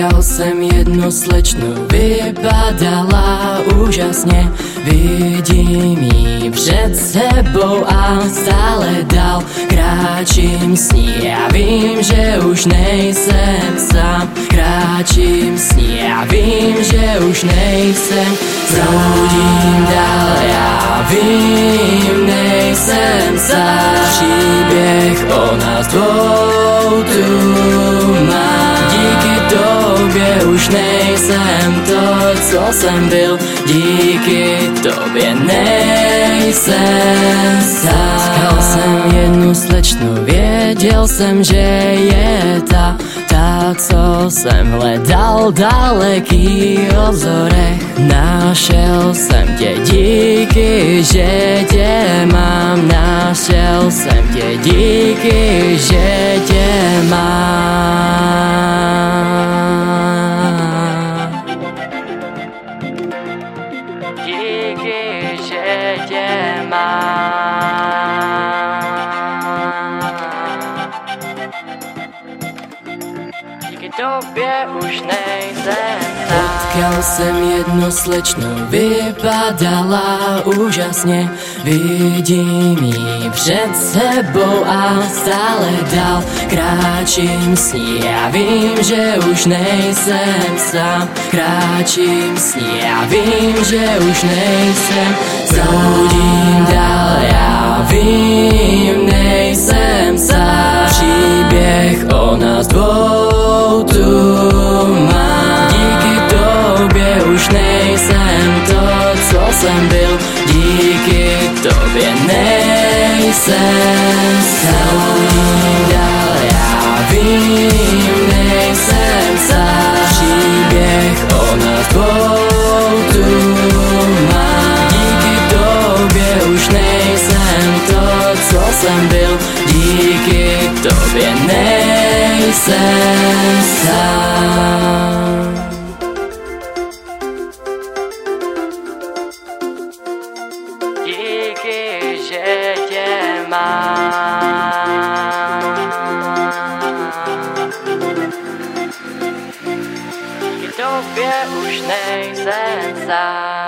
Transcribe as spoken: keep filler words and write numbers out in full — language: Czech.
Potkal jsem jednu slečnu, vypadala úžasně. Vidím ji před sebou a stále dál kráčím s ní. Já vím, že už nejsem sám, kráčím s ní. Já vím, že už nejsem, proudím dál. Já vím, nejsem sám. Příběh o nás dvou tu mám. Díky tobě už nejsem to, co jsem byl. Díky tobě nejsem sám. Potkal jsem jednu slečnu, věděl jsem, že je ta, ta, co jsem hledal daleký obzorech. Našel jsem tě díky, že tě mám. Našel jsem tě díky, že tě mám. Díky, že tě mám. Díky tobě už nejsem sám. Potkal jsem jednu slečnu, vypadala úžasně. Vidím ji před sebou a stále dál kráčím s ní. Já vím, že už nejsem sám, kráčím s ní. Já vím, že už nejsem, proudím dál. Já vím, nejsem sám. Příběh o nás dvou tu mám. Díky tobě už nejsem to, co jsem byl. Díky tobě nejsem sám. Dál já vím, nejsem sám. Příběh o nás dvou tu mám. Díky tobě už nejsem to, co jsem byl. Díky tobě nejsem sám. Díky, že tě mám. Díky tobě už nejsem sám.